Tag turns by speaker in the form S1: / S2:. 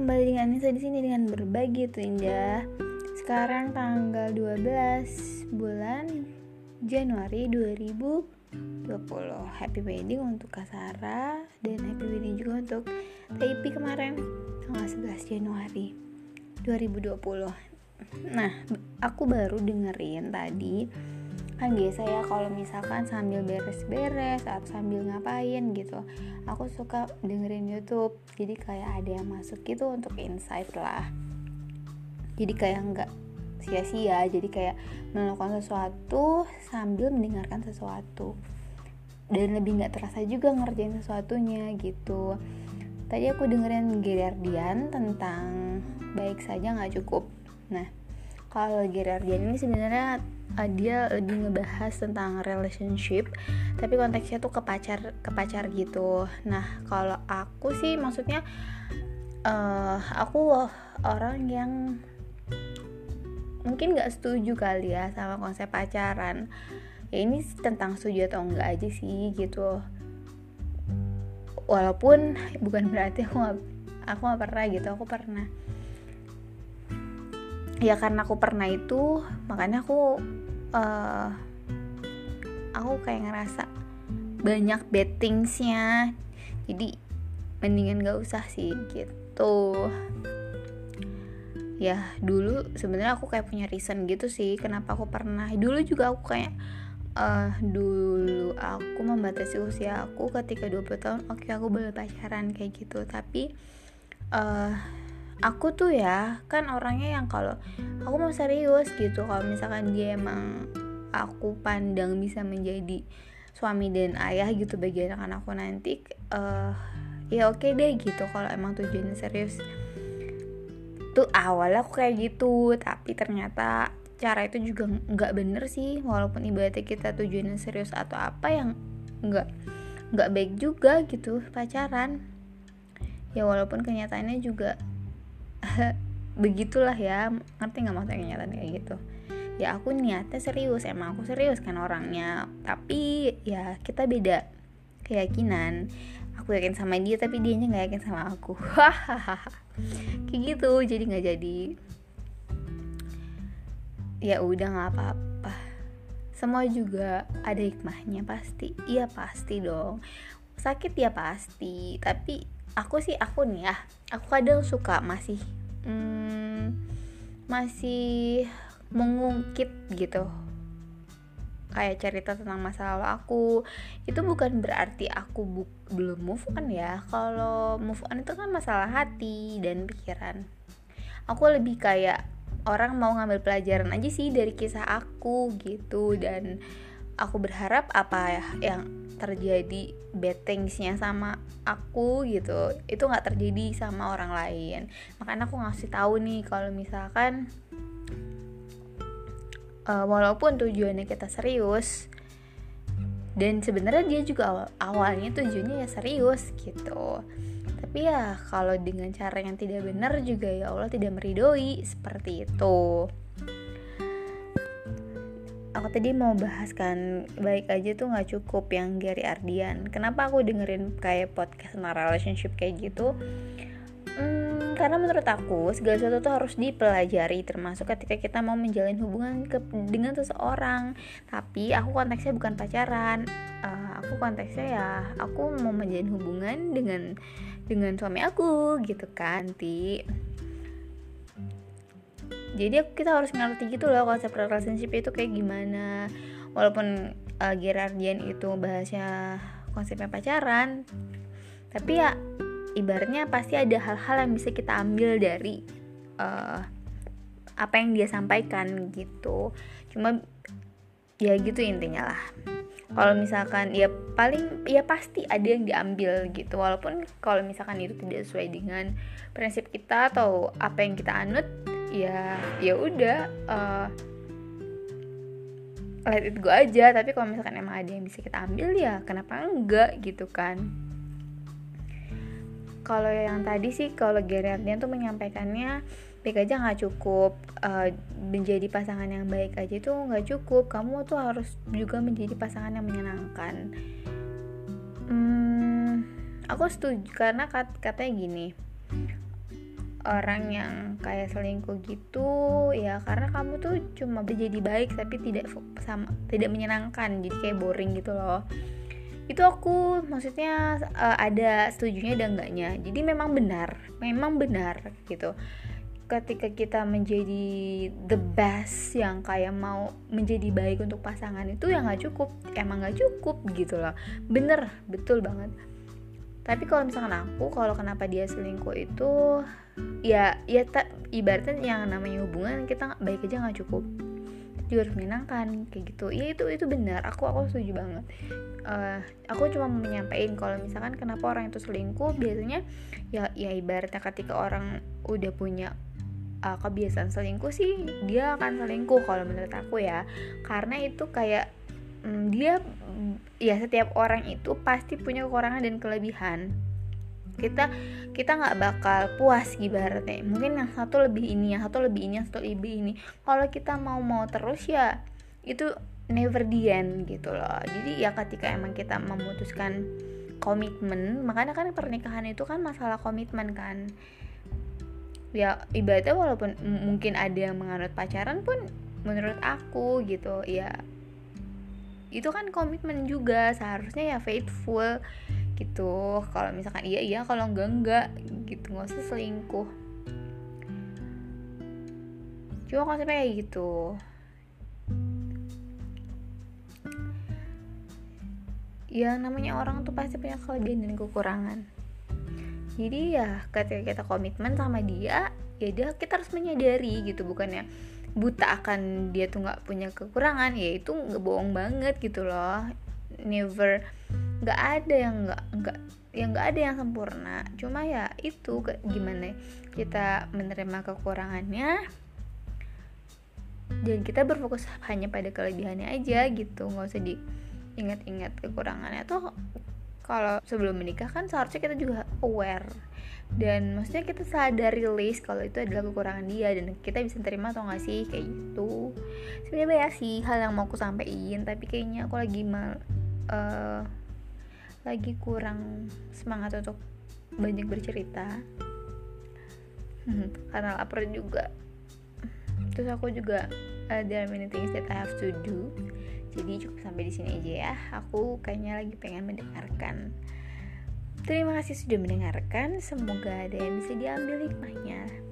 S1: kembali dengan Nisa di sini dengan berbagi tuh indah. Sekarang tanggal 12 bulan Januari 2020. Happy wedding untuk Kak Sarah dan happy wedding juga untuk Taipi kemarin tanggal 11 Januari 2020. Nah, aku baru dengerin tadi. Kan biasa ya kalau misalkan sambil beres-beres atau sambil ngapain gitu, aku suka dengerin YouTube. Jadi kayak ada yang masuk gitu untuk insight lah. Jadi kayak nggak sia-sia, jadi kayak melakukan sesuatu sambil mendengarkan sesuatu, dan lebih nggak terasa juga ngerjain sesuatunya gitu. Tadi aku dengerin Gerardian tentang baik saja nggak cukup. Nah, kalau Gerardian ini sebenarnya dia lebih ngebahas tentang relationship, tapi konteksnya tuh ke pacar gitu. Nah, kalau aku sih maksudnya aku orang yang mungkin nggak setuju kali ya sama konsep pacaran. Ya ini tentang setuju atau enggak aja sih gitu. Walaupun bukan berarti aku nggak pernah gitu. Aku pernah. Ya karena aku pernah itu, makanya aku kayak ngerasa banyak bad things-nya. Jadi mendingan gak usah sih gitu. Ya dulu sebenarnya aku kayak punya reason gitu sih kenapa aku pernah. Dulu juga aku kayak dulu aku membatasi usia aku ketika 20 tahun. Oke, aku boleh pacaran kayak gitu. Tapi aku tuh ya kan orangnya yang kalau aku mau serius gitu, kalau misalkan dia emang aku pandang bisa menjadi suami dan ayah gitu bagi anak-anakku nanti, ya oke deh gitu kalau emang tujuannya serius. Tuh awalnya aku kayak gitu, tapi ternyata cara itu juga nggak bener sih. Walaupun ibaratnya kita tujuannya serius atau apa, yang nggak baik juga gitu pacaran. Ya walaupun kenyataannya juga begitulah ya, ngerti nggak maksudnya kenyataan kayak gitu. Ya aku niatnya serius, emang aku serius kan orangnya, tapi ya kita beda keyakinan. Aku yakin sama dia tapi dianya nggak yakin sama aku. Kayak gitu, jadi nggak jadi. Ya udah, nggak apa-apa, semua juga ada hikmahnya pasti. Iya pasti dong, sakit ya pasti. Tapi aku nih ya, aku kadang suka masih mengungkit gitu, kayak cerita tentang masa lalu aku. Itu bukan berarti aku belum move on ya. Kalau move on itu kan masalah hati dan pikiran. Aku lebih kayak orang mau ngambil pelajaran aja sih dari kisah aku gitu. Dan aku berharap apa ya yang terjadi bad things-nya sama aku gitu, itu gak terjadi sama orang lain. Makanya aku ngasih tahu nih kalau misalkan walaupun tujuannya kita serius, dan sebenarnya dia juga awalnya tujuannya ya serius gitu, tapi ya kalau dengan cara yang tidak benar juga ya Allah tidak meridhoi seperti itu. Aku tadi mau bahas kan, baik aja tuh gak cukup yang Gary Ardian. Kenapa aku dengerin kayak podcast tentang relationship kayak gitu? Karena menurut aku segala sesuatu tuh harus dipelajari, termasuk ketika kita mau menjalin hubungan dengan seseorang. Tapi aku konteksnya bukan pacaran. Aku konteksnya ya aku mau menjalin hubungan dengan suami aku gitu kan nanti. Jadi kita harus ngerti gitu loh konsep relationship itu kayak gimana. Walaupun Gerardian itu bahasnya konsepnya pacaran, tapi ya ibaratnya pasti ada hal-hal yang bisa kita ambil dari apa yang dia sampaikan gitu. Cuma ya gitu intinya lah. Kalau misalkan ya paling ya pasti ada yang diambil gitu. Walaupun kalau misalkan itu tidak sesuai dengan prinsip kita atau apa yang kita anut, ya udah, let it go aja. Tapi kalau misalkan emang ada yang bisa kita ambil, ya kenapa enggak gitu kan. Kalau yang tadi sih, kalau Gerardian tuh menyampaikannya baik aja nggak cukup, menjadi pasangan yang baik aja itu nggak cukup. Kamu tuh harus juga menjadi pasangan yang menyenangkan. Aku setuju karena katanya gini, orang yang kayak selingkuh gitu ya karena kamu tuh cuma jadi baik tapi tidak menyenangkan, jadi kayak boring gitu loh. Itu aku maksudnya ada setujunya dan enggaknya. Jadi memang benar gitu. Ketika kita menjadi the best yang kayak mau menjadi baik untuk pasangan itu ya emang nggak cukup gitu loh. Betul banget. Tapi kalau misalkan kalau kenapa dia selingkuh itu ibaratnya yang namanya hubungan kita baik aja nggak cukup, juga harus menyenangkan kayak gitu. Ya itu benar, aku setuju banget. Aku cuma mau menyampaikan kalau misalkan kenapa orang itu selingkuh, biasanya ya ibaratnya ketika orang udah punya kebiasaan selingkuh sih dia akan selingkuh kalau menurut aku ya, karena itu kayak setiap orang itu pasti punya kekurangan dan kelebihan. Kita nggak bakal puas ibaratnya, mungkin yang satu lebih ini, yang satu lebih ini. Kalau kita mau terus ya itu never the end gitu loh. Jadi ya ketika emang kita memutuskan komitmen, makanya kan pernikahan itu kan masalah komitmen kan. Ya ibaratnya walaupun mungkin ada yang menganut pacaran pun menurut aku gitu ya itu kan komitmen juga, seharusnya ya faithful gitu. Kalau misalkan iya, kalau enggak gitu, nggak usah selingkuh. Cuma konsepnya kayak gitu ya, namanya orang tuh pasti punya kelebihan dan kekurangan. Jadi ya ketika kita komitmen sama dia kita harus menyadari gitu, bukannya buta akan dia tuh nggak punya kekurangan. Ya itu nggak, bohong banget gitu loh. Never, nggak ada yang sempurna. Cuma ya itu gimana kita menerima kekurangannya dan kita berfokus hanya pada kelebihannya aja gitu, nggak usah diingat-ingat kekurangannya. Tuh kalau sebelum menikah kan seharusnya kita juga aware dan maksudnya kita sadar rilis kalau itu adalah kekurangan dia dan kita bisa terima atau nggak sih kayak gitu. Sebenarnya banyak sih hal yang mau aku sampaikan, tapi kayaknya aku lagi kurang semangat untuk banyak bercerita karena lapar juga. Terus aku juga there are many things that I have to do. Jadi cukup sampai di sini aja ya. Aku kayaknya lagi pengen mendengarkan. Terima kasih sudah mendengarkan. Semoga ada yang bisa diambil hikmahnya.